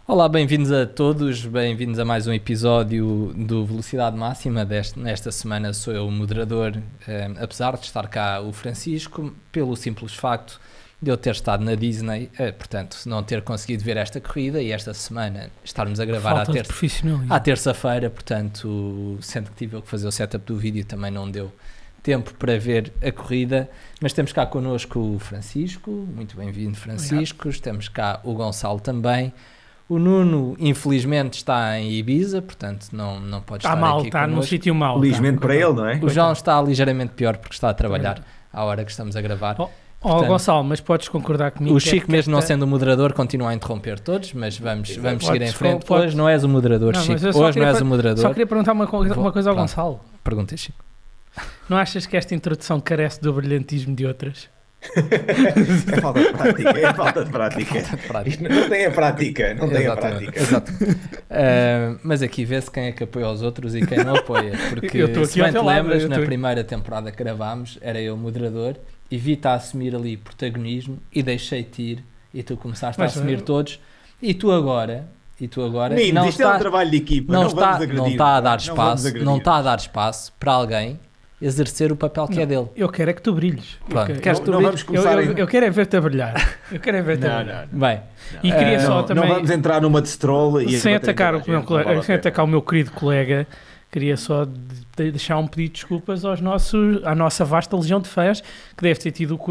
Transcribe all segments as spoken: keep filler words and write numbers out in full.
Olá, bem-vindos a todos, bem-vindos a mais um episódio do Velocidade Máxima. Deste, nesta semana sou eu o moderador, eh, apesar de estar cá o Francisco, pelo simples facto de eu ter estado na Disney, eh, portanto, não ter conseguido ver esta corrida e esta semana estarmos a gravar à, terça, à terça-feira, portanto, sendo que tive eu que fazer o setup do vídeo, também não deu tempo para ver a corrida, mas temos cá connosco o Francisco, muito bem-vindo Francisco, Obrigado. Temos cá o Gonçalo também. O Nuno, infelizmente, está em Ibiza, portanto não, não pode está estar mal, aqui está connosco. num sítio mau. Felizmente tá. para ele, não é? O João está ligeiramente pior porque está a trabalhar à hora que estamos a gravar. Oh, Portanto, oh Gonçalo, mas podes concordar comigo. O Chico, que mesmo não esta... sendo o moderador, continua a interromper todos, mas vamos, vamos Podes, seguir em frente. podes... Hoje não és o moderador, não, Chico. Hoje não és per... o moderador. Só queria perguntar uma, coisa, Vou... uma coisa ao Pronto. Gonçalo. Pergunta, Chico. Não achas que esta introdução carece do brilhantismo de outras? É falta de prática, é falta de prática. É falta de prática. Isto não tem a prática, não tem Exatamente, a prática. Exato. Uh, mas aqui vê-se quem é que apoia os outros e quem não apoia. Porque eu estou aqui se bem te lembras, lado, na tô... primeira temporada que gravámos, era eu o moderador e vi-te a assumir ali protagonismo e deixei-te ir e tu começaste mas, a assumir eu... todos e tu agora... E tu agora Menino, não isto está, é um trabalho de equipa, não, não, está, agredir, não está a dar não espaço, não está a dar espaço para alguém exercer o papel que não, é dele. Eu quero é que tu brilhes. Pronto, eu, queres não, tu não vamos começar eu, eu, eu quero é ver-te a brilhar. Eu quero é ver-te não, a brilhar. Não, não. Bem, e queria uh, só não, também... não vamos entrar numa de stroll e sem atacar, o meu colega, vale sem atacar o meu querido colega, queria só de deixar um pedido de desculpas aos nossos, à nossa vasta legião de fãs que deve ter tido o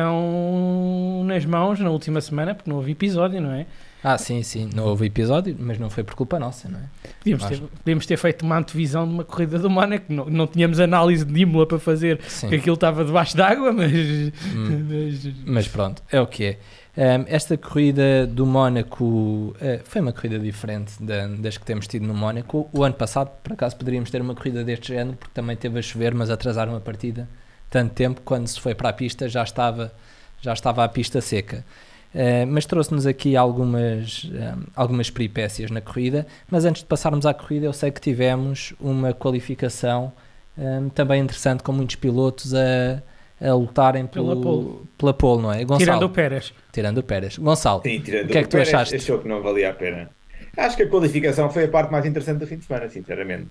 coração nas mãos na última semana, porque não houve episódio, não é? Ah, sim, sim, não houve episódio, mas não foi por culpa nossa, não é? Podíamos, ter, podíamos ter feito uma antevisão de uma corrida do Mónaco, não, não tínhamos análise de Imola para fazer, sim. Porque aquilo estava debaixo d'água, mas... Hum, mas... mas pronto, é o que é. Um, esta corrida do Mónaco uh, foi uma corrida diferente da, das que temos tido no Mónaco. O ano passado, por acaso, poderíamos ter uma corrida deste género, porque também teve a chover, mas atrasaram a partida tanto tempo, quando se foi para a pista já estava, já estava a pista seca. Uh, mas trouxe-nos aqui algumas, um, algumas peripécias na corrida, mas antes de passarmos à corrida eu sei que tivemos uma qualificação um, também interessante, com muitos pilotos a, a lutarem pelo, pela, pole. pela pole, não é? Gonçalo, tirando o Pérez. Tirando o Pérez. Gonçalo, Sim, tirando o que é que tu Pérez, achaste? Achou que não valia a pena. Acho que a qualificação foi a parte mais interessante do fim de semana, sinceramente.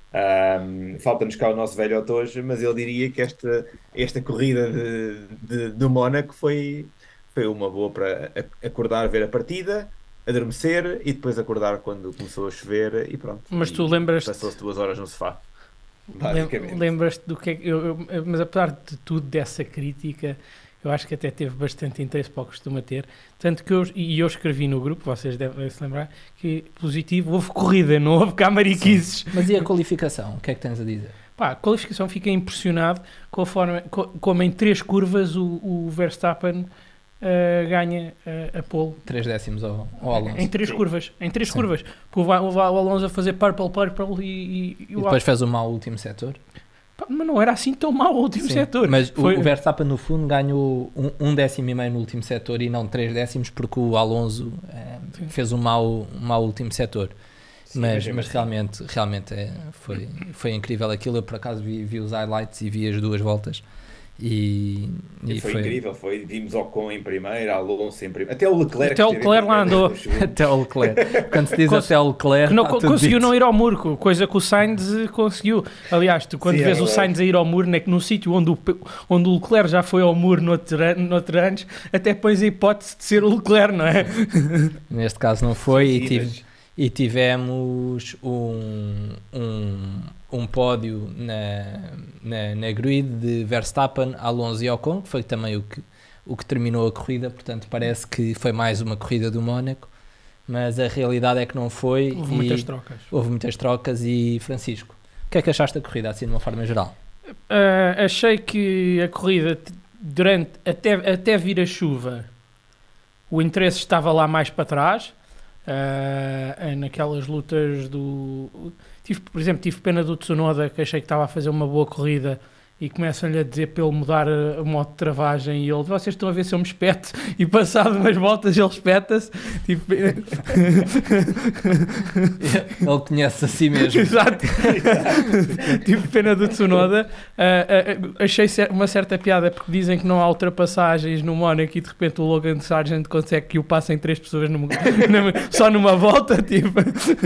Um, falta-nos cá o nosso velho Otojo, mas ele diria que esta, esta corrida de, de, do Mónaco foi... Foi uma boa para acordar, ver a partida, adormecer e depois acordar quando começou a chover e pronto. Mas e tu lembras... Passou-se duas horas no sofá. Lembras-te do que é que... Eu, eu, mas apesar de tudo, dessa crítica, eu acho que até teve bastante interesse para o que costuma ter. Tanto que eu... E eu escrevi no grupo, vocês devem se lembrar, que positivo, houve corrida, não houve cá mariquices. Mas e a qualificação? O que é que tens a dizer? Pá, a qualificação, fiquei impressionado com a forma... Como em três curvas o, o Verstappen... Uh, ganha uh, a pole três décimos ao, ao Alonso em três Sim. curvas em três Sim. curvas porque o, o, o Alonso a fazer purple, purple e, e, e, e depois fez o mau último setor. Pá, mas não era assim tão mau o último Sim. setor, mas Foi... o, o Verstappen no fundo ganhou um, um décimo e meio no último setor e não três décimos porque o Alonso eh, fez um mau, um mau último setor. Sim, mas, mas realmente, realmente é, foi, foi incrível aquilo. Eu por acaso vi, vi os highlights e vi as duas voltas. E, e, e foi, foi incrível, foi, vimos Ocon em primeiro, Alonso em primeiro, até o Leclerc, até o Leclerc lá andou, até o Leclerc, quando se diz Cons até o Leclerc, que não, co conseguiu dito. não ir ao muro, coisa que o Sainz conseguiu. Aliás, tu quando Sim, vês é o Sainz a ir ao muro, né, que no sítio onde o, onde o Leclerc já foi ao muro noutros no anos, até pões a hipótese de ser o Leclerc, não é? Neste caso não foi. Sim, e, tive, mas... e tivemos um, um, um pódio na, na, na grid de Verstappen, Alonso e Ocon, que foi também o que, o que terminou a corrida. Portanto parece que foi mais uma corrida do Mónaco, mas a realidade é que não foi. Houve e muitas trocas houve muitas trocas. E Francisco, o que é que achaste da corrida assim de uma forma geral? Uh, achei que a corrida durante até, até vir a chuva o interesse estava lá mais para trás. Uh, naquelas lutas do tive, por exemplo, tive pena do Tsunoda, que achei que estava a fazer uma boa corrida e começam-lhe a dizer para ele mudar a- o modo de travagem e ele, vocês estão a ver se eu me espeto e passado umas voltas ele espeta-se tipo... Ele conhece a si mesmo. Exato. Tive pena do Tsunoda. Uh, uh, uh, achei cer- uma certa piada porque dizem que não há ultrapassagens no Mónaco e de repente o Logan Sargent consegue que o passem três pessoas numa, numa- só numa volta, tipo.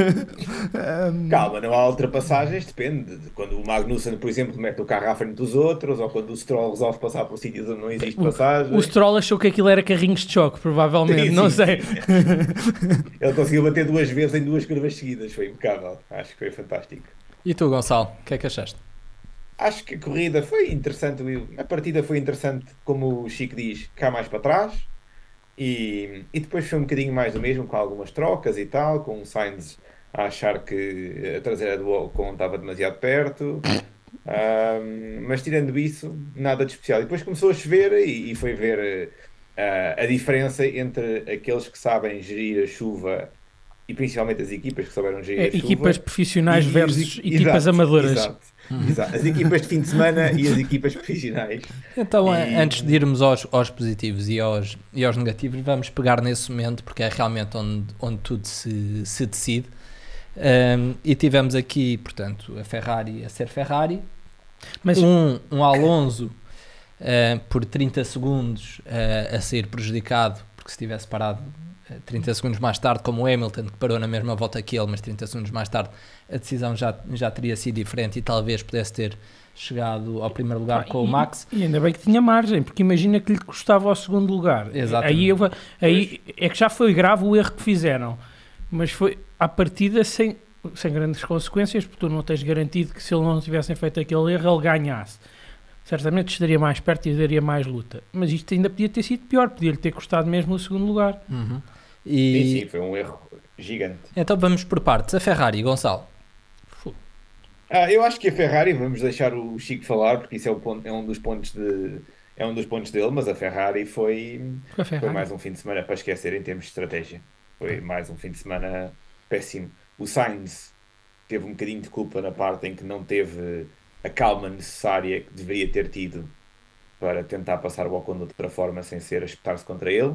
Um, Calma, não há ultrapassagens, depende. De quando o Magnussen, por exemplo, mete o carro à frente dos outros, ou quando o Stroll resolve passar por sítios onde não existe passagem. o Stroll achou que aquilo era carrinhos de choque, provavelmente, Sim, não sim, sei. sim. Ele conseguiu bater duas vezes em duas curvas seguidas, foi impecável. Acho que foi fantástico. E tu, Gonçalo, o que é que achaste? Acho que a corrida foi interessante, a partida foi interessante, como o Chico diz, cá mais para trás. E, e depois foi um bocadinho mais do mesmo, com algumas trocas e tal, com o Sainz a achar que a traseira do Ocon estava demasiado perto. Ahm, mas tirando isso, nada de especial. E depois começou a chover e, e foi ver eh, a diferença entre aqueles que sabem gerir a chuva e principalmente as equipas que souberam gerir É, a chuva. equipas profissionais e- e versus os- equipas exato, amadoras. Exato, exato. As equipas de fim de semana e as equipas profissionais. Então, E- antes de irmos aos, aos positivos e aos, e aos negativos, vamos pegar nesse momento, porque é realmente onde, onde tudo se, se decide. Um, e tivemos aqui, portanto, a Ferrari a ser Ferrari, Mas um, um Alonso uh, por trinta segundos uh, a sair prejudicado, porque se tivesse parado uh, trinta segundos mais tarde, como o Hamilton, que parou na mesma volta que ele, mas trinta segundos mais tarde, a decisão já, já teria sido diferente e talvez pudesse ter chegado ao primeiro lugar com o Max. E ainda bem que tinha margem, porque imagina que lhe custava ao segundo lugar. Exatamente. Aí, eu, aí é que já foi grave o erro que fizeram, mas foi à partida sem, sem grandes consequências, porque tu não tens garantido que se ele não tivessem feito aquele erro ele ganhasse. Certamente estaria mais perto e daria mais luta. Mas isto ainda podia ter sido pior, podia-lhe ter custado mesmo o segundo lugar. Uhum. Sim, E sim, foi um erro gigante. então vamos por partes. A Ferrari, Gonçalo. Ah, eu acho que a Ferrari, vamos deixar o Chico falar, porque isso é, o ponto, é um dos pontos de, é um dos pontos dele, mas a Ferrari foi, Foi a Ferrari. foi mais um fim de semana para esquecer em termos de estratégia. Foi mais um fim de semana péssimo. O Sainz teve um bocadinho de culpa na parte em que não teve a calma necessária que deveria ter tido para tentar passar o Ocon de outra forma sem ser a espetar-se contra ele.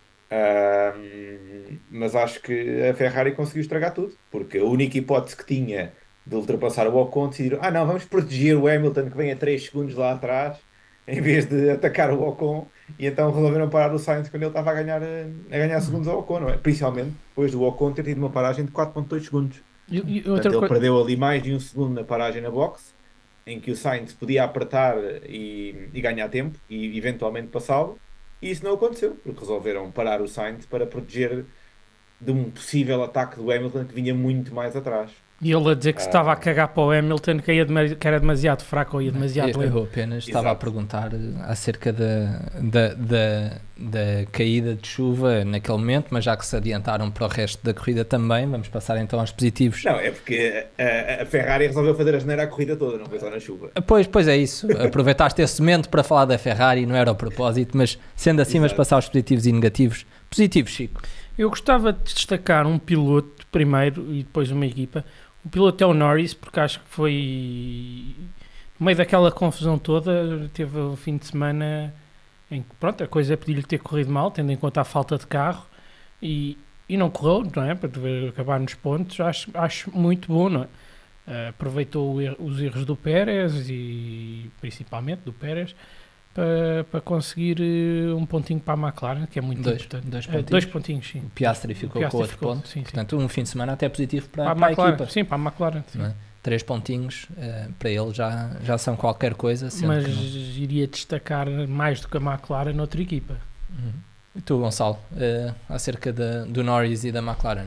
Ahm, mas acho que a Ferrari conseguiu estragar tudo, porque a única hipótese que tinha de ultrapassar o Ocon decidiram, ah não, vamos proteger o Hamilton que vem a três segundos lá atrás, em vez de atacar o Ocon, e então resolveram parar o Sainz quando ele estava a ganhar, a ganhar segundos ao Ocon, não é? Principalmente depois do Ocon ter tido uma paragem de quatro vírgula dois segundos. E, e Portanto, outra ele coi- perdeu ali mais de um segundo na paragem na box, em que o Sainz podia apertar e, e ganhar tempo e eventualmente passá-lo, e isso não aconteceu, porque resolveram parar o Sainz para proteger de um possível ataque do Hamilton que vinha muito mais atrás. E ele a dizer que se estava a cagar para o Hamilton, que, ia dema- que era demasiado fraco ou ia demasiado Eu, lento. eu apenas estava a Exato. perguntar eh, acerca da, da, da, da caída de chuva naquele momento, mas já que se adiantaram para o resto da corrida também, vamos passar então aos positivos. Não, é porque a, a Ferrari resolveu fazer a geneira a corrida toda, não foi só na chuva. Pois, pois é isso. Aproveitaste esse momento para falar da Ferrari, não era o propósito, mas sendo assim, vamos Exato. passar aos positivos e negativos. Positivos, Chico. Eu gostava de destacar um piloto primeiro e depois uma equipa. O piloto é o Norris, porque acho que foi no meio daquela confusão toda, teve um fim de semana em que pronto, a coisa podia-lhe ter corrido mal, tendo em conta a falta de carro, e, e não correu, não é? Para ver, acabar nos pontos, acho, acho muito bom, não é? Uh, aproveitou o er- os erros do Pérez e principalmente do Pérez para, para conseguir uh, um pontinho para a McLaren, que é muito Dois, importante. dois Uh, pontinhos. dois pontinhos, sim. O Piastri ficou Piastri com outro ficou, ponto. sim, sim. Portanto, um fim de semana até positivo para, Para, para a a McLaren, equipa. sim, para a McLaren. Sim. Não é? Três pontinhos eh, para ele já, já são qualquer coisa. Sendo Mas que não. iria destacar mais do que a McLaren noutra equipa. Uhum. E tu, Gonçalo, eh, acerca da, do Norris e da McLaren?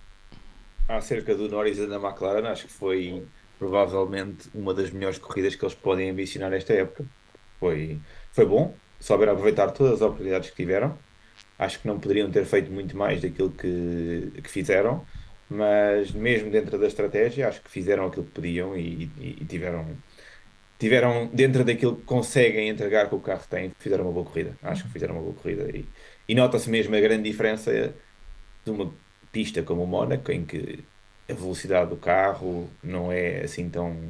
Acerca do Norris e da McLaren, acho que foi provavelmente uma das melhores corridas que eles podem ambicionar esta época. Foi, foi bom, souberam aproveitar todas as oportunidades que tiveram. Acho que não poderiam ter feito muito mais daquilo que, que fizeram, mas mesmo dentro da estratégia, acho que fizeram aquilo que podiam e, e- e tiveram, tiveram, dentro daquilo que conseguem entregar com o carro que têm, fizeram uma boa corrida. Acho que fizeram uma boa corrida e, e nota-se mesmo a grande diferença de uma pista como o Mónaco, em que a velocidade do carro não é assim tão,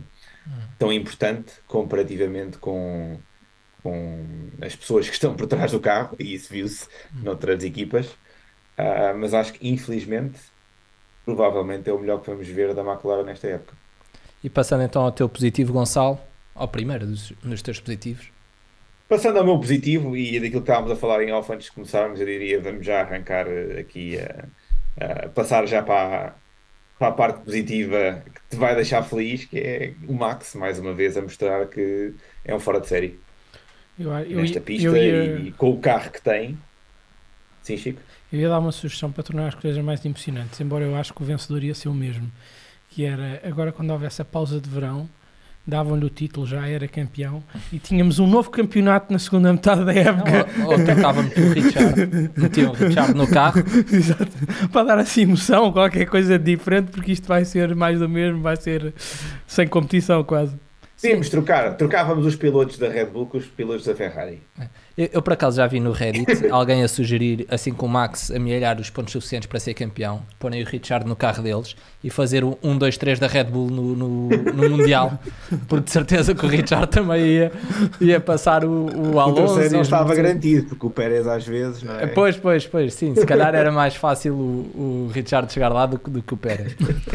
tão importante comparativamente com, com as pessoas que estão por trás do carro, e isso viu-se noutras equipas. Uh, mas acho que, infelizmente, provavelmente é o melhor que vamos ver da McLaren nesta época. E passando então ao teu positivo, Gonçalo, ao primeiro dos, dos teus positivos. Passando ao meu positivo e daquilo que estávamos a falar em off antes de começarmos, eu diria, vamos já arrancar aqui, a, a passar já para a, para a parte positiva que te vai deixar feliz, que é o Max, mais uma vez, a mostrar que é um fora de série. Eu, eu, nesta pista eu ia... e, e com o carro que tem. Sim, Chico? Eu ia dar uma sugestão para tornar as coisas mais emocionantes, embora eu acho que o vencedor ia ser o mesmo, que era, agora quando houvesse a pausa de verão, davam-lhe o título, já era campeão, e tínhamos um novo campeonato na segunda metade da época. Não, ou ou trocávamos o Richard, metiam o Richard no carro. Exato, para dar assim emoção, qualquer coisa diferente, porque isto vai ser mais do mesmo, vai ser sem competição quase. Podíamos trocar, trocávamos os pilotos da Red Bull com os pilotos da Ferrari. Eu, eu por acaso já vi no Reddit alguém a sugerir, assim como o Max, amealhar os pontos suficientes para ser campeão, porem o Richard no carro deles e fazer o um, dois, três da Red Bull no, no, no Mundial, porque de certeza que o Richard também ia, ia passar o, o Alonso. O terceiro não estava muito... garantido, porque o Pérez às vezes, não é? Pois, pois, pois, sim, se calhar era mais fácil o, o Richard chegar lá do, do que o Pérez.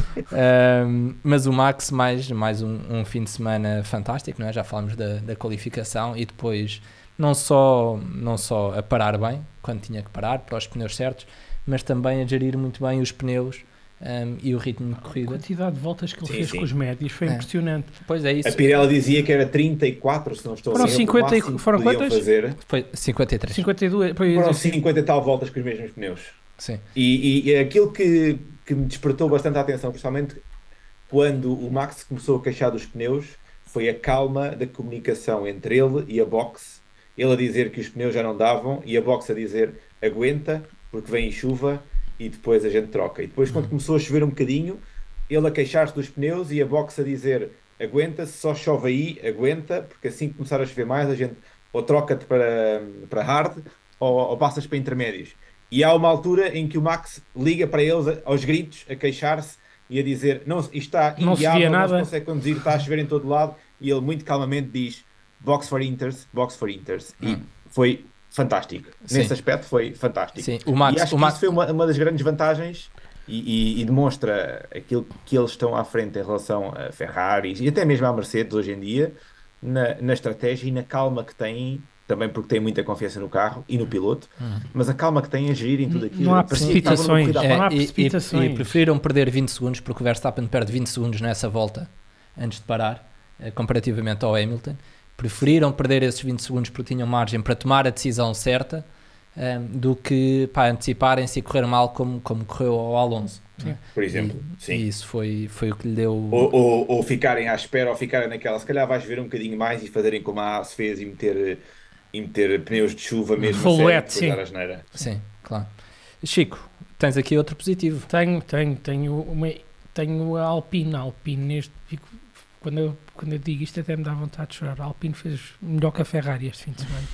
um, mas o Max, mais, mais um, um fim de semana fantástico, não é? Já falámos da, da qualificação e depois não só, não só a parar bem, quando tinha que parar, para os pneus certos, mas também a gerir muito bem os pneus um, e o ritmo de corrida. A quantidade de voltas que ele sim, fez sim. com os médios foi é. impressionante. Pois é isso. A Pirelli dizia que era trinta e quatro, se não estou foram a ver, cinquenta, foram quantas? Fazer. Foi cinquenta e três. cinquenta e duas. Foram cinquenta e tal voltas com os mesmos pneus. Sim. E, e aquilo que, que me despertou bastante a atenção, principalmente quando o Max começou a queixar dos pneus, foi a calma da comunicação entre ele e a boxe. Ele a dizer que os pneus já não davam e a boxe a dizer aguenta, porque vem chuva e depois a gente troca. E depois, quando começou a chover um bocadinho, ele a queixar-se dos pneus e a boxe a dizer aguenta, se só chove aí, aguenta, porque assim que começar a chover mais, a gente ou troca-te para, para hard ou, ou passas para intermédios. E há uma altura em que o Max liga para eles aos gritos, a queixar-se e a dizer não, isto está inviável, não se consegue conduzir, está a chover em todo lado, e ele muito calmamente diz box for Inters, box for Inters. Hum. E foi fantástico. Sim. Nesse aspecto foi fantástico. Sim. O Max, e acho o que Max... isso foi uma, uma das grandes vantagens e, e, e demonstra aquilo que eles estão à frente em relação a Ferraris e até mesmo à Mercedes hoje em dia, na, na estratégia e na calma que têm, também porque têm muita confiança no carro e no piloto, hum. mas a calma que têm a gerir em tudo aquilo. Não há precipitações. É, não há e, precipitações. E, e preferiram perder vinte segundos, porque o Verstappen perde vinte segundos nessa volta antes de parar, comparativamente ao Hamilton. Preferiram perder esses vinte segundos porque tinham margem para tomar a decisão certa um, do que para anteciparem-se e correr mal como, como correu ao Alonso. Sim. Por exemplo, e, sim. E isso foi, foi o que lhe deu... Ou, ou, ou ficarem à espera, ou ficarem naquela, se calhar vais ver um bocadinho mais e fazerem como a Haas fez e meter, e meter pneus de chuva mesmo Full a sério, wet, depois sim. dar a asneira. Sim, claro. Chico, tens aqui outro positivo. Tenho, tenho, tenho, uma, tenho a Alpine, a Alpine neste... Fico, Quando eu, quando eu digo isto até me dá vontade de chorar. A Alpine fez melhor que a Ferrari este fim de semana.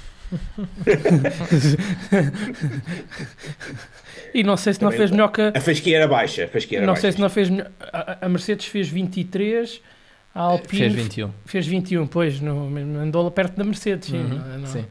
E não sei se Também não fez melhor que a... A fasquia era baixa. A fasquia era não baixa. sei se não fez melhor... A, a Mercedes fez vinte e três, a Alpine... Fez vinte e um. Fez vinte e um, pois. No, andou perto da Mercedes, sim. Uhum, não, não. sim.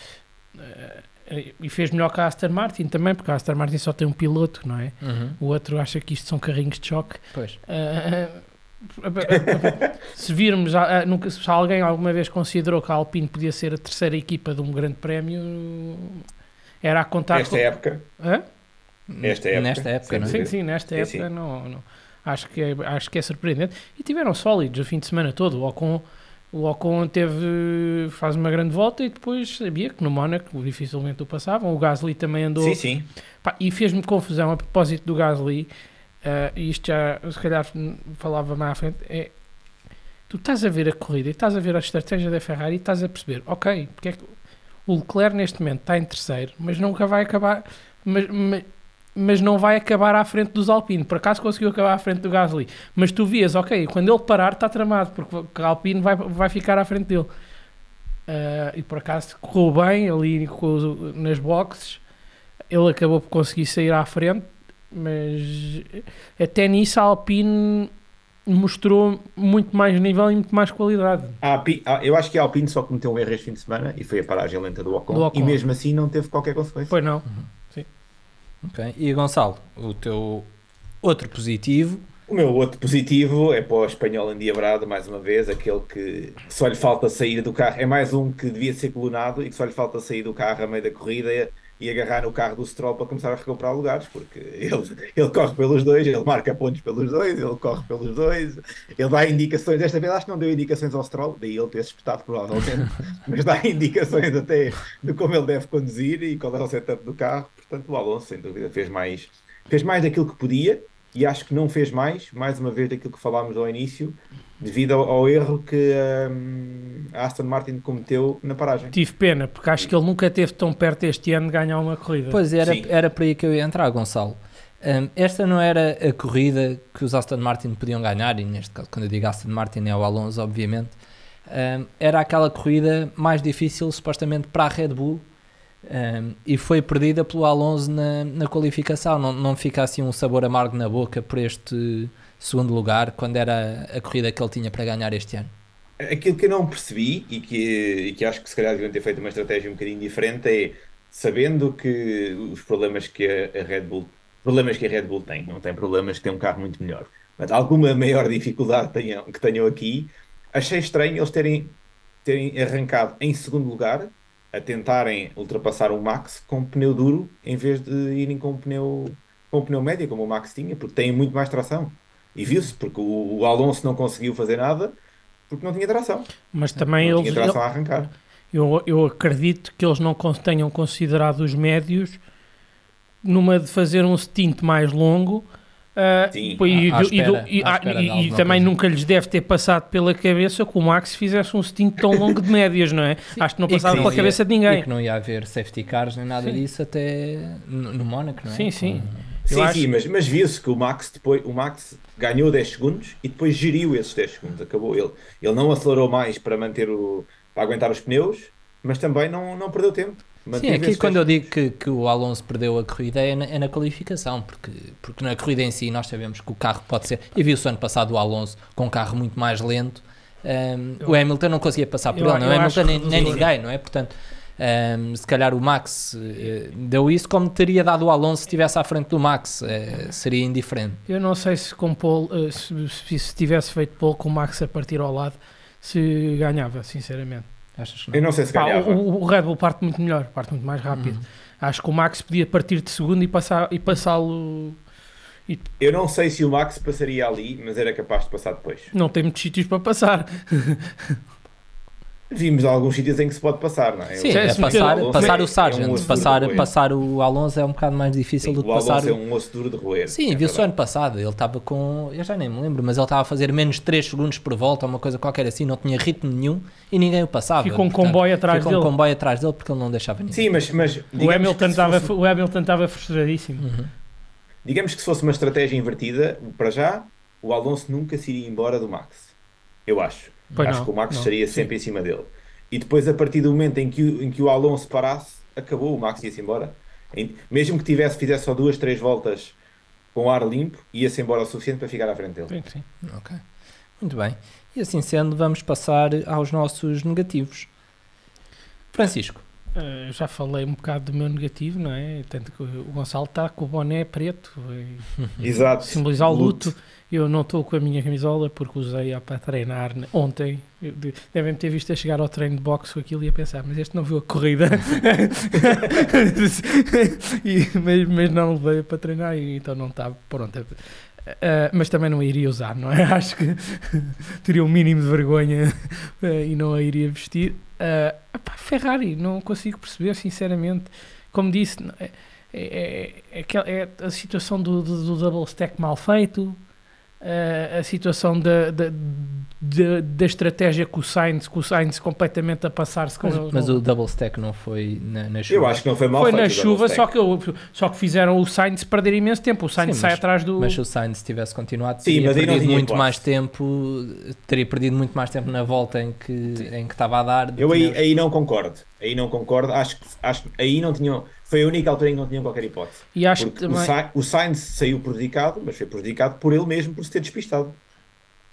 E fez melhor que a Aston Martin também, porque a Aston Martin só tem um piloto, não é? Uhum. O outro acha que isto são carrinhos de choque. Pois. Uh, se virmos, nunca, se alguém alguma vez considerou que a Alpine podia ser a terceira equipa de um grande prémio, era a contar Nesta com... época. Hã? Nesta época. Nesta época, não é? Sim, sim, nesta sim, época sim. Não, não. Acho, que é, acho que é surpreendente. E tiveram sólidos o fim de semana todo. O Ocon, o Ocon teve, faz uma grande volta e depois sabia que no Mónaco dificilmente o passavam. O Gasly também andou... Sim, sim. Pá, e fez-me confusão a propósito do Gasly. Uh, isto já, se calhar, falava mais à frente, é, tu estás a ver a corrida e estás a ver a estratégia da Ferrari e estás a perceber, ok, porque é que o Leclerc neste momento está em terceiro, mas nunca vai acabar, mas, mas, mas não vai acabar à frente dos Alpine, por acaso conseguiu acabar à frente do Gasly, mas tu vias, ok, quando ele parar está tramado, porque a Alpine vai, vai ficar à frente dele. Uh, e por acaso correu bem ali com, nas boxes, ele acabou por conseguir sair à frente, mas até nisso a Alpine mostrou muito mais nível e muito mais qualidade. A Alpine, eu acho que a Alpine só cometeu um erro este fim de semana e foi a paragem lenta do Ocon, Do Ocon. e mesmo assim não teve qualquer consequência. Pois não. Uhum. Sim. Ok. E Gonçalo, o teu outro positivo? O meu outro positivo é para o espanhol endiabrado, mais uma vez, aquele que só lhe falta sair do carro. É mais um que devia ser colunado e que só lhe falta sair do carro a meio da corrida e agarrar no carro do Stroll para começar a recuperar lugares, porque ele, ele corre pelos dois, ele marca pontos pelos dois, ele corre pelos dois, ele dá indicações. Desta vez acho que não deu indicações ao Stroll, daí ele ter espetado provavelmente, mas dá indicações até de como ele deve conduzir e qual é o setup do carro. Portanto, o Alonso, sem dúvida, fez mais, fez mais daquilo que podia. E acho que não fez mais, mais uma vez, daquilo que falámos ao início, devido ao, ao erro que um, a Aston Martin cometeu na paragem. Tive pena, porque acho que ele nunca esteve tão perto este ano de ganhar uma corrida. Pois, era, era para aí que eu ia entrar, Gonçalo. Um, esta não era a corrida que os Aston Martin podiam ganhar, e neste caso, quando eu digo Aston Martin, é o Alonso, obviamente. Um, era aquela corrida mais difícil, supostamente, para a Red Bull, Um, e foi perdida pelo Alonso na, na qualificação. Não, não fica assim um sabor amargo na boca por este segundo lugar, quando era a corrida que ele tinha para ganhar este ano? Aquilo que eu não percebi e que, e que acho que se calhar deviam ter feito uma estratégia um bocadinho diferente é, sabendo que os problemas que a, a Red Bull problemas que a Red Bull tem, não tem problemas, que tem um carro muito melhor, mas alguma maior dificuldade tenham, que tenham aqui, achei estranho eles terem, terem arrancado em segundo lugar a tentarem ultrapassar o Max com um pneu duro, em vez de irem com um pneu, com um pneu médio, como o Max tinha, porque têm muito mais tração. E viu-se, porque o, o Alonso não conseguiu fazer nada, porque não tinha tração. Mas também não eles, tinha tração a arrancar. Eu, eu acredito que eles não tenham considerado os médios numa de fazer um stint mais longo. Uh, Sim, e, à, à e, espera, e, à e, e, e também coisa. Nunca lhes deve ter passado pela cabeça que o Max fizesse um stint tão longo de médias, não é? Sim. Acho que não passava pela cabeça de ninguém. E que não ia haver safety cars nem nada sim. disso até no, no Mónaco, não é? Sim, sim. Sim, acho... sim, mas, mas viu-se que o Max, depois, o Max ganhou dez segundos e depois geriu esses dez segundos, acabou ele. Ele não acelerou mais para manter o, para aguentar os pneus, mas também não, não perdeu tempo. Sim, aqui quando eu digo que, que o Alonso perdeu a corrida é na, é na qualificação, porque, porque na corrida em si nós sabemos que o carro pode ser, e viu-se ano passado o Alonso com um carro muito mais lento, um, eu, o Hamilton não conseguia passar por eu, ele, não é? Hamilton nem, nem ninguém, não é? Portanto, um, se calhar o Max uh, deu isso como teria dado o Alonso se estivesse à frente do Max, uh, seria indiferente. Eu não sei se com Paul, uh, se, se, se tivesse feito Paul com o Max a partir ao lado, se ganhava, sinceramente. Achas que não? Eu não sei se Pá, ganhava. o, o Red Bull parte muito melhor, parte muito mais rápido. Uhum. Acho que o Max podia partir de segundo e, passar, e passá-lo... E... Eu não sei se o Max passaria ali, mas era capaz de passar depois. Não tem muitos sítios para passar. Vimos alguns sítios em que se pode passar, não é? Sim, é passar, o passar o Sargent, é um passar, passar o Alonso é um bocado mais difícil Sim, do que o passar... O Alonso é um osso duro de roer. Sim, é viu-se o ano passado, ele estava com... Eu já nem me lembro, mas ele estava a fazer menos de três segundos por volta, uma coisa qualquer assim, não tinha ritmo nenhum e ninguém o passava. Ficou um portanto, comboio atrás ficou dele. Ficou um comboio atrás dele porque ele não deixava ninguém. Sim, mas... mas o, Hamilton estava, fosse... o Hamilton estava frustradíssimo. Uhum. Digamos que se fosse uma estratégia invertida, para já, o Alonso nunca se iria embora do Max. Eu acho. Pois acho não, que o Max não, estaria sim. sempre em cima dele. E depois, a partir do momento em que, o, em que o Alonso parasse, acabou, o Max ia-se embora. Mesmo que tivesse, fizesse só duas, três voltas com ar limpo, ia-se embora o suficiente para ficar à frente dele. Sim, sim. Ok. Muito bem. E assim sendo, vamos passar aos nossos negativos. Francisco. Uh, já falei um bocado do meu negativo, não é? Tanto que o Gonçalo está com o boné preto. Exato. Simbolizar o luto. luto. Eu não estou com a minha camisola porque usei-a para treinar ontem. Devem ter visto a chegar ao treino de boxe com aquilo e a pensar, mas este não viu a corrida. e, mas, mas não levei para treinar e então não estava pronto. Uh, mas também não a iria usar, não é? Acho que teria um mínimo de vergonha uh, e não a iria vestir. Uh, pá, Ferrari, não consigo perceber, sinceramente. Como disse, é, é, é, é a situação do, do, do double stack mal feito. Uh, a situação da, da, da, da estratégia com o Sainz, com o Sainz completamente a passar-se com mas, ele. Mas o double stack não foi na, na chuva? Eu acho que não foi mal foi feito. Foi na chuva, só que, só que fizeram o Sainz perder imenso tempo. O Sainz Sim, sai mas, atrás do... Mas se o Sainz tivesse continuado, Sim, teria mas perdido muito hipótese. mais tempo, teria perdido muito mais tempo na volta em que, em que estava a dar. Eu aí, aí não concordo. Aí não concordo. Acho que acho, aí não tinham... Foi a única altura em que não tinham qualquer hipótese. E acho Porque que também... o Sainz saiu prejudicado, mas foi prejudicado por ele mesmo, por se ter despistado.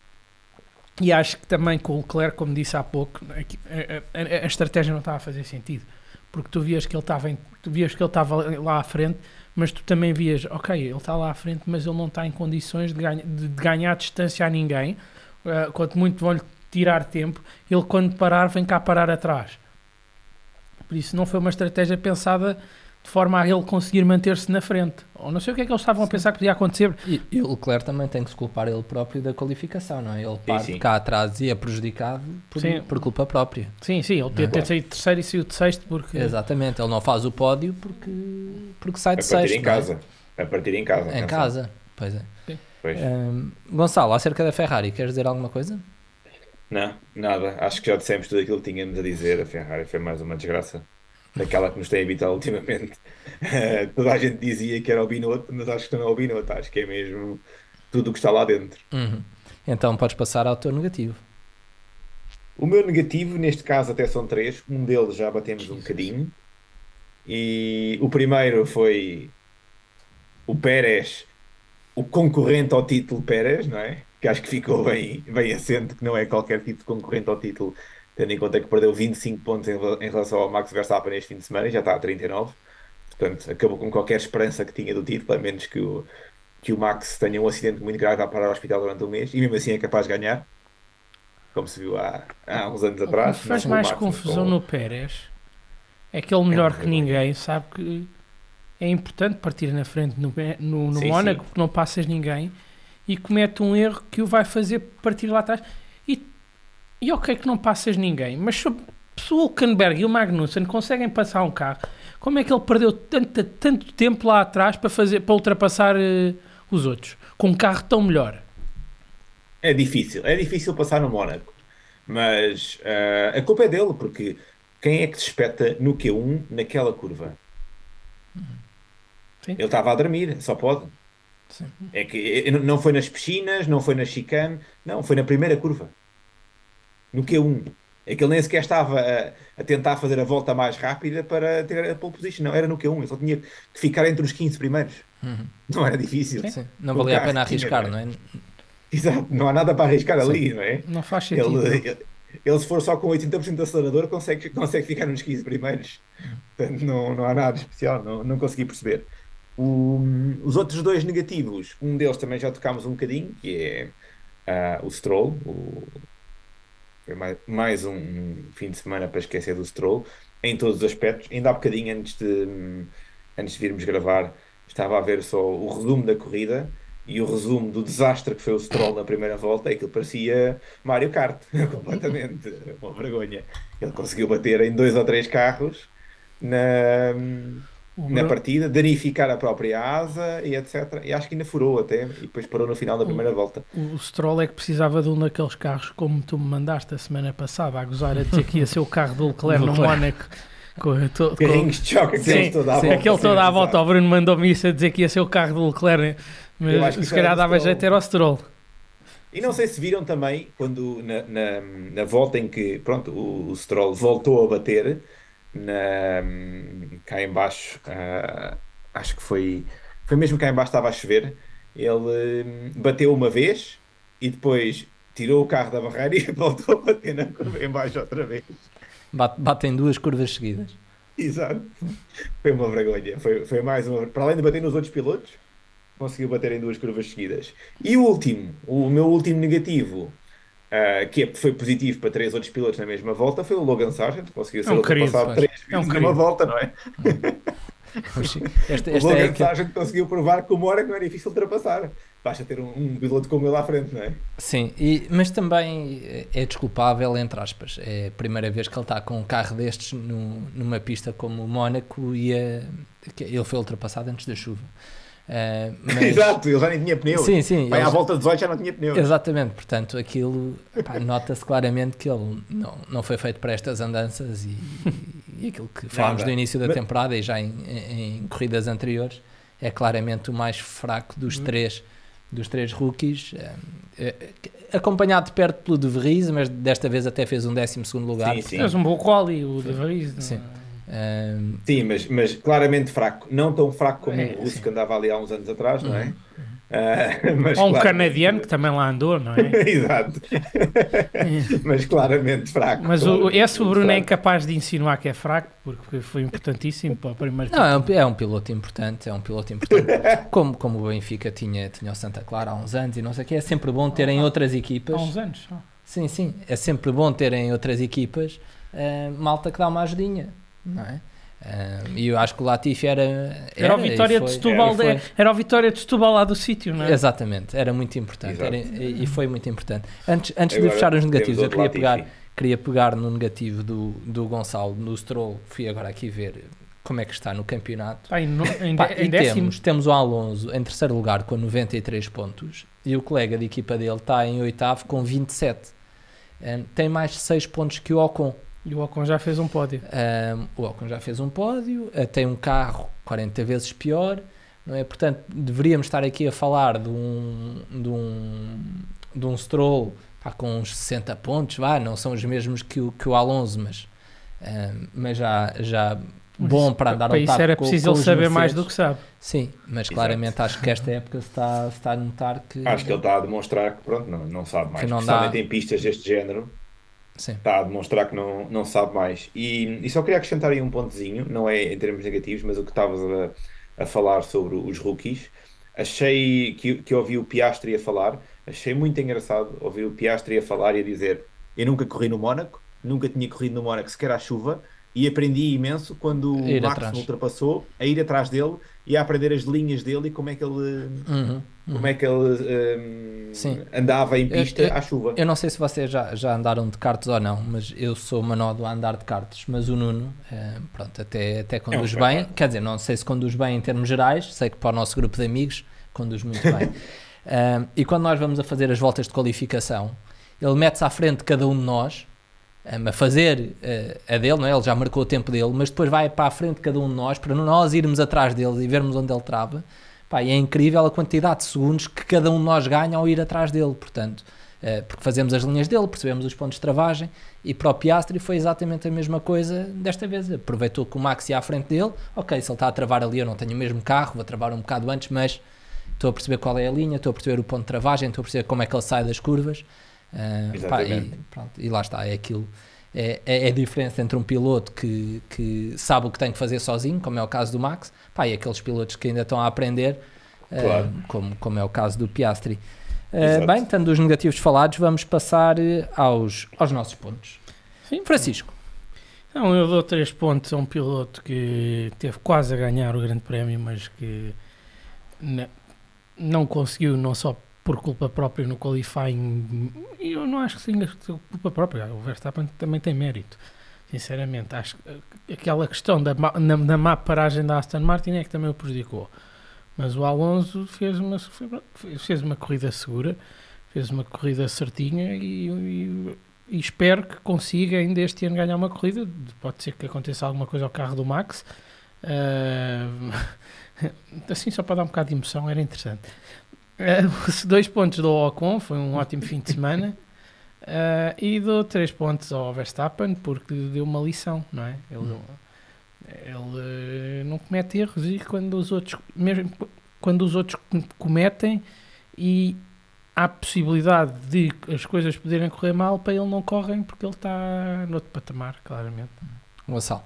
E acho que também com o Leclerc, como disse há pouco, a, a, a, a estratégia não estava a fazer sentido. Porque tu vias que ele estava em, tu vias que ele estava lá à frente, mas tu também vias, ok, ele está lá à frente, mas ele não está em condições de, ganha, de, de ganhar distância a ninguém. Uh, quanto muito vão-lhe tirar tempo, ele quando parar vem cá parar atrás. Por isso não foi uma estratégia pensada de forma a ele conseguir manter-se na frente. Ou não sei o que é que eles estavam sim. a pensar que podia acontecer. E, e o Leclerc também tem que se culpar ele próprio da qualificação, não é? Ele parte sim, sim. cá atrás e é prejudicado por, por culpa própria. Sim, sim, ele ter, ter saído terceiro e saiu de sexto porque... Exatamente, ele não faz o pódio porque, porque sai de a partir sexto. Em casa. É? A partir em casa. Em casa, pois é. Um, Gonçalo, acerca da Ferrari, queres dizer alguma coisa? Não, nada. Acho que já dissemos tudo aquilo que tínhamos a dizer. A Ferrari foi mais uma desgraça. Daquela que nos tem habitado ultimamente. Uh, toda a gente dizia que era o Binotto, mas acho que não é o Binotto, acho que é mesmo tudo o que está lá dentro. Uhum. Então podes passar ao teu negativo. O meu negativo, neste caso até são três, um deles já batemos um bocadinho, e o primeiro foi o Pérez, o concorrente ao título Pérez, não é? Que acho que ficou bem, bem assente, que não é qualquer tipo de concorrente ao título, tendo em conta que perdeu vinte e cinco pontos em, em relação ao Max Verstappen neste fim de semana e já está a trinta e nove. Portanto, acabou com qualquer esperança que tinha do título, a menos que o, que o Max tenha um acidente muito grave a parar ao hospital durante um mês, e mesmo assim é capaz de ganhar, como se viu há, há uns anos atrás. O que faz mais confusão no Pérez é que ele, melhor que ninguém, sabe que é importante partir na frente no, no, no sim, Mónaco, sim. porque não passas ninguém, e comete um erro que o vai fazer partir lá atrás. E, e ok que não passas ninguém, mas se, se o Hülkenberg e o Magnussen conseguem passar um carro, como é que ele perdeu tanto, tanto tempo lá atrás para, fazer, para ultrapassar uh, os outros, com um carro tão melhor? É difícil, é difícil passar no Mónaco, mas uh, a culpa é dele, porque quem é que se espeta no Q um naquela curva? Sim. Ele estava a dormir, só pode. Sim. É que não foi nas piscinas, não foi na chicane, não, foi na primeira curva. No Q um. É que ele nem sequer estava a, a tentar fazer a volta mais rápida para ter a pole position. Não, era no Q um. Ele só tinha que ficar entre os quinze primeiros. Uhum. Não era difícil. Sim. Não valia a pena arriscar, tinha, não é? Exato, não há nada para arriscar Sim. ali, não é? Não faz sentido. Ele, ele, ele se for só com oitenta por cento de acelerador, consegue, consegue ficar nos quinze primeiros. Portanto, não, não há nada especial, não, não consegui perceber. O, os outros dois negativos, um deles também já tocámos um bocadinho, que é uh, o Stroll. O, foi mais, mais um fim de semana para esquecer do Stroll, em todos os aspectos. Ainda há bocadinho, antes de, antes de virmos gravar, estava a ver só o resumo da corrida. E o resumo do desastre que foi o Stroll na primeira volta é que ele parecia Mario Kart, completamente, uma vergonha. Ele conseguiu bater em dois ou três carros na, na partida, danificar a própria asa e etcétera. E acho que ainda furou até, e depois parou no final da primeira o, volta. O Stroll é que precisava de um daqueles carros como tu me mandaste a semana passada, a gozar a dizer que ia ser o carro do Leclerc no Mónaco. Com, to, Carrinhos de choque, aquele toda à volta. Aquele toda à volta, o Bruno mandou-me isso a dizer que ia ser o carro do Leclerc, mas se calhar dava jeito era o Stroll. E não sei se viram também, quando na, na, na volta em que pronto, o, o Stroll voltou a bater, na, cá em baixo, uh, acho que foi, foi mesmo cá em baixo, estava a chover, ele bateu uma vez e depois tirou o carro da barreira e voltou a bater na curva em baixo outra vez. Bate, bate em duas curvas seguidas. Exato. Foi uma vergonha. Foi, foi mais uma... Para além de bater nos outros pilotos, conseguiu bater em duas curvas seguidas. E o último, o meu último negativo, uh, que foi positivo para três outros pilotos na mesma volta, foi o Logan Sargent. Conseguiu ser é um ultrapassado três vezes é um numa volta, não é? Esta, esta o Logan é Sargent que... conseguiu provar que uma hora que não é difícil ultrapassar. Basta ter um, um piloto como ele à frente, não é? Sim, e, mas também é desculpável, entre aspas. É a primeira vez que ele está com um carro destes no, numa pista como o Mónaco e a, ele foi ultrapassado antes da chuva. Uh, mas... Exato, ele já nem tinha pneus. Sim, sim. Vai eles... à volta de dezoito já não tinha pneus. Exatamente, portanto aquilo pá, nota-se claramente que ele não, não foi feito para estas andanças e, e aquilo que falámos no início da mas... temporada e já em, em, em corridas anteriores é claramente o mais fraco dos hum. três dos três rookies, é, é, acompanhado de perto pelo De Vries, mas desta vez até fez um décimo segundo lugar. Sim, sim. Fez um bom quali o De Vries. Sim, um... sim mas, mas claramente fraco. Não tão fraco como é, o Russo que andava ali há uns anos atrás, uhum. não é? Uh, mas Ou um claramente... canadiano que também lá andou, não é? Exato. Mas claramente fraco. Mas claramente o, esse o Bruno fraco. é incapaz de insinuar que é fraco, porque foi importantíssimo para o primeiro Não, é um, é um piloto importante, é um piloto importante. como, como o Benfica tinha, tinha o Santa Clara há uns anos e não sei o que, é sempre bom terem outras equipas. Há uns anos só. Sim, sim, é sempre bom terem outras equipas, uh, malta que dá uma ajudinha, não é? Uh, e eu acho que o Latifi era... Era, era a vitória foi, de Setúbal, era, de, era a vitória de Setúbal lá do sítio, não é? Exatamente, era muito importante, era, e, e foi muito importante. Antes, antes Agora, de fechar os negativos, eu queria Latifi. pegar, queria pegar no negativo do, do Gonçalo, no Stroll, fui agora aqui ver como é que está no campeonato. Pá, em, no, em, Pá, em e temos, temos o Alonso em terceiro lugar com noventa e três pontos e o colega de equipa dele está em oitavo com vinte e sete. Um, tem mais seis pontos que o Ocon. E o Ocon já fez um pódio. Um, o Ocon já fez um pódio, uh, tem um carro quarenta vezes pior, não é? Portanto, deveríamos estar aqui a falar de um, de um, de um Stroll pá, com uns sessenta pontos, vá, não são os mesmos que o, que o Alonso, mas, um, mas já, já bom isso, para andar para um isso taco era com, preciso com ele os saber Mercedes. mais do que sabe. Sim, mas Exato. claramente acho que esta época se está, se está a notar que... Acho que ele está a demonstrar que pronto, não, não sabe mais. Que não Especialmente dá... em pistas deste género. Sim. Está a demonstrar que não, não sabe mais. E, e só queria acrescentar aí um pontozinho, não é em termos negativos, mas o que estavas a, a falar sobre os rookies. Achei que, que ouvi o Piastri a falar, achei muito engraçado ouvir o Piastri a falar e a dizer: eu nunca corri no Mónaco, nunca tinha corrido no Mónaco sequer à chuva, e aprendi imenso quando o Ir Max atrás. me ultrapassou, a ir atrás dele e a aprender as linhas dele e como é que ele, Uhum, uhum. como é que ele um, Sim. andava em pista Eu- eu- à chuva. Eu não sei se vocês já, já andaram de karts ou não, mas eu sou manado a andar de karts, mas o Nuno, eh, pronto, até, até conduz É um bem, espetáculo. quer dizer, não sei se conduz bem em termos gerais, sei que para o nosso grupo de amigos conduz muito bem. Ah, e quando nós vamos a fazer as voltas de qualificação, ele mete-se à frente de cada um de nós, um, a fazer uh, a dele, não é? Ele já marcou o tempo dele, mas depois vai para a frente de cada um de nós, para nós irmos atrás dele e vermos onde ele trava. Pá, e é incrível a quantidade de segundos que cada um de nós ganha ao ir atrás dele, portanto, uh, porque fazemos as linhas dele, percebemos os pontos de travagem, e para o Piastri foi exatamente a mesma coisa desta vez. Aproveitou que o Max ia à frente dele, ok, se ele está a travar ali eu não tenho o mesmo carro, vou travar um bocado antes, mas estou a perceber qual é a linha, estou a perceber o ponto de travagem, estou a perceber como é que ele sai das curvas. Uh, pá, e, pronto, e lá está, é aquilo, é, é, é a diferença entre um piloto que, que sabe o que tem que fazer sozinho, como é o caso do Max, pá, e aqueles pilotos que ainda estão a aprender, Claro. uh, como, como é o caso do Piastri. Uh, Exato. bem, tendo os negativos falados, vamos passar uh, aos, aos nossos pontos. Sim. Francisco. Então, eu dou três pontos a um piloto que teve quase a ganhar o grande prémio, mas que ne- não conseguiu, não só por culpa própria no qualifying, e eu não acho que seja culpa própria, o Verstappen também tem mérito, sinceramente. Acho que aquela questão da, ma- na, da má paragem da Aston Martin é que também o prejudicou, mas o Alonso fez uma, fez uma corrida segura, fez uma corrida certinha e, e, e espero que consiga ainda este ano ganhar uma corrida. Pode ser que aconteça alguma coisa ao carro do Max. Uh, assim, só para dar um bocado de emoção, era interessante. Uh, os dois pontos do Ocon, foi um ótimo fim de semana. Uh, e dou três pontos ao Verstappen porque deu uma lição, não é? Ele, ele uh, não comete erros, e quando os outros, mesmo quando os outros cometem, e há possibilidade de as coisas poderem correr mal, para ele não correm porque ele está no outro patamar, claramente. Gonçalo.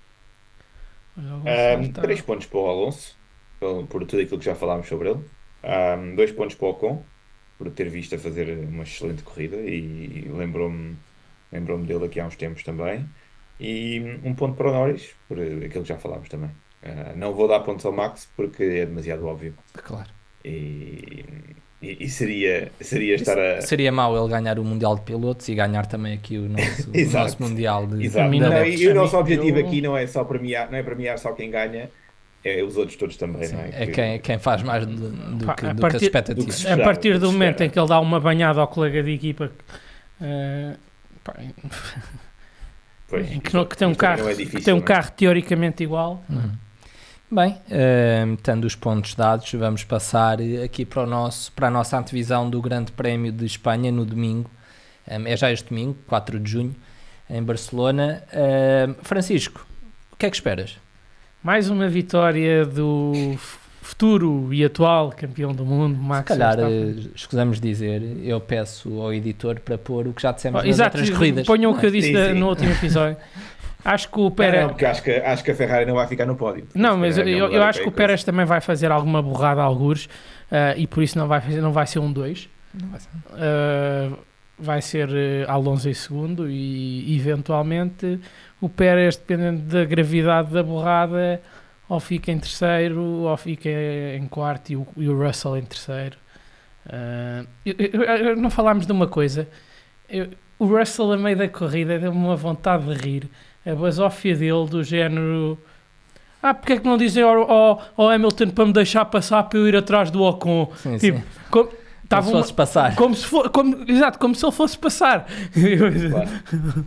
Um, três pontos para o Alonso, por, por tudo aquilo que já falámos sobre ele. Um, dois pontos para o Ocon, por ter visto a fazer uma excelente corrida, e lembrou-me lembrou-me dele aqui há uns tempos também. E um ponto para o Norris, por aquilo que já falámos também. Uh, não vou dar pontos ao Max porque é demasiado óbvio. Claro. E, e, e seria, seria estar a... Seria mau ele ganhar o Mundial de Pilotos e ganhar também aqui o nosso, o Exato. nosso Mundial de... Exato. de Não, adeptos. e o nosso A mim, objetivo eu- aqui não é só premiar, não é premiar só quem ganha, é os outros todos também, Sim, não é? é Que- quem, quem faz mais do, do Pá, que, a do partir- que as expectativas. do que se A espera, partir do do que se momento espera. em que ele dá uma banhada ao colega de equipa, uh, pá, Pois, em que, não- que tem um mas também carro, não é que difícil, tem um não é? carro teoricamente igual. Uhum. Bem, uh, tendo os pontos dados, vamos passar aqui para, o nosso, para a nossa antevisão do Grande Prémio de Espanha no domingo. Um, é já este domingo, quatro de junho, em Barcelona. Uh, Francisco, o que é que esperas? Mais uma vitória do futuro e atual campeão do mundo, Max. Se calhar, escusamos dizer, eu peço ao editor para pôr o que já dissemos oh, nas exato, outras corridas. Ponham o que eu disse sim, da, sim. no último episódio. Acho que o Pérez... Não, não, porque acho que, acho que a Ferrari não vai ficar no pódio. Não, mas eu, eu, eu acho que o Pérez também vai fazer alguma borrada a algures, uh, e por isso não vai, fazer, não vai ser um dois. Não vai ser. Uh, vai ser uh, Alonso em segundo e, eventualmente, o Pérez, dependendo da gravidade da borrada, ou fica em terceiro, ou fica em quarto, e o, e o Russell em terceiro. Uh, eu, eu, eu, não falámos de uma coisa. Eu, o Russell, a meio da corrida, deu-me uma vontade de rir. A basófia dele, do género... Ah, porque é que não dizem ao, ao, ao Hamilton para me deixar passar para eu ir atrás do Ocon? Sim, tipo, sim. Como, como se fosse passar. Como se for, como, exato, como se ele fosse passar. Claro.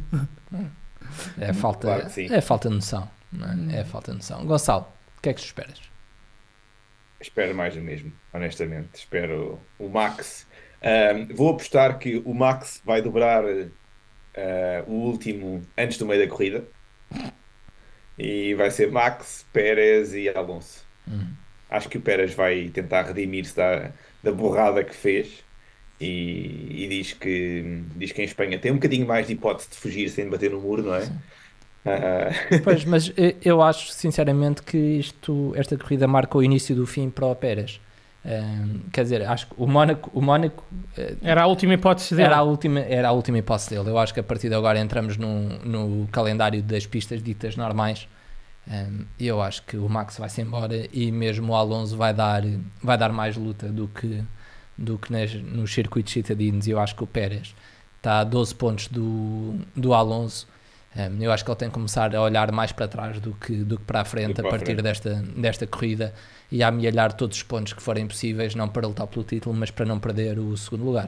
É falta, claro que sim. É falta de noção. Não é? É falta de noção. Gonçalo, o que é que tu esperas? Espero mais do mesmo, honestamente. Espero o Max. Um, vou apostar que o Max vai dobrar... Uh, o último antes do meio da corrida e vai ser Max, Pérez e Alonso. Uhum. Acho que o Pérez vai tentar redimir-se da, da borrada que fez e, e diz, que, diz que em Espanha tem um bocadinho mais de hipótese de fugir sem bater no muro, não é? Uh... Pois, mas eu acho sinceramente que isto, esta corrida marca o início do fim para o Pérez. Um, quer dizer, acho que o Mónaco, o Mónaco uh, era a última hipótese dele. Era a última, era a última hipótese dele. Eu acho que a partir de agora entramos no, no calendário das pistas ditas normais. Um, e eu acho que o Max vai-se embora e mesmo o Alonso vai dar, vai dar mais luta do que, do que nas, nos circuitos citadinos. E eu acho que o Pérez está a doze pontos do, do Alonso. Um, eu acho que ele tem que começar a olhar mais para trás do que, do que para a frente a partir desta, desta corrida e a amealhar todos os pontos que forem possíveis, não para lutar pelo título, mas para não perder o segundo lugar.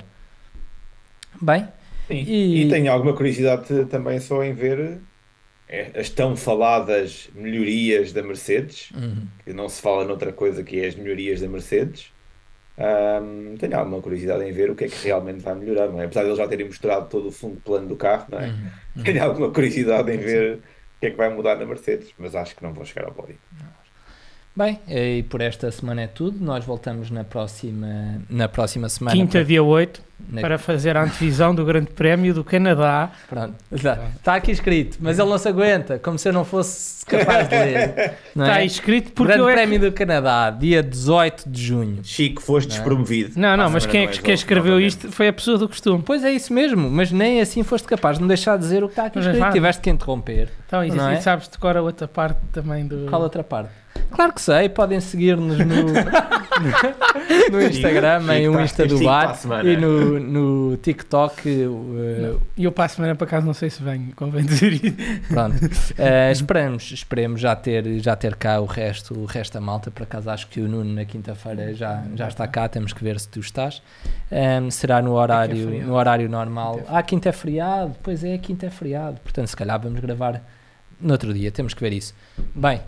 Bem, Sim. E... e tenho alguma curiosidade também só em ver as tão faladas melhorias da Mercedes, uhum. que não se fala noutra coisa que é as melhorias da Mercedes. Um, tenho alguma curiosidade em ver o que é que realmente vai melhorar, não é? Apesar de eles já terem mostrado todo o fundo plano do carro, não é? Uhum. Uhum. Tenho alguma curiosidade em ver o que é que vai mudar na Mercedes, mas acho que não vão chegar ao pódio. Bem, e por esta semana é tudo. Nós voltamos na próxima, na próxima semana. Quinta, para... dia oito, na... para fazer a antevisão do Grande Prémio do Canadá. Pronto, está aqui escrito, mas ele não se aguenta, como se eu não fosse capaz de ler. Não está é? escrito porque Grande eu é Prémio que... do Canadá, dia dezoito de junho. Chico, foste não é? despromovido. Não, não, mas quem é que quem escreveu isto foi a pessoa do costume. Pois é isso mesmo, mas nem assim foste capaz de me deixar dizer o que está aqui mas escrito. vai. Tiveste que interromper. Então, e, não e é? sabes decorar a outra parte também do... Qual outra parte? Claro que sei, podem seguir-nos no, no Instagram, Chico, e o Chico, Insta do Chico Bar e no, no TikTok. Uh, e eu para a semana, por acaso, não sei se venho, convém dizer isso. Pronto, uh, esperamos, esperemos já ter, já ter cá o resto, o resto da malta. Por acaso acho que o Nuno na quinta-feira já, já está cá, temos que ver se tu estás. Um, será no horário, é é no horário normal. Ah, quinta é feriado, pois é, quinta é feriado, portanto se calhar vamos gravar no outro dia, temos que ver isso. Bem,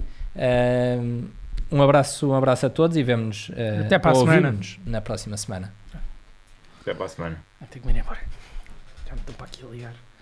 um abraço, um abraço a todos e vemo-nos uh, até para a semana na próxima semana. Até para a semana. Tenho que me ir embora. Já me estou para aqui a ligar.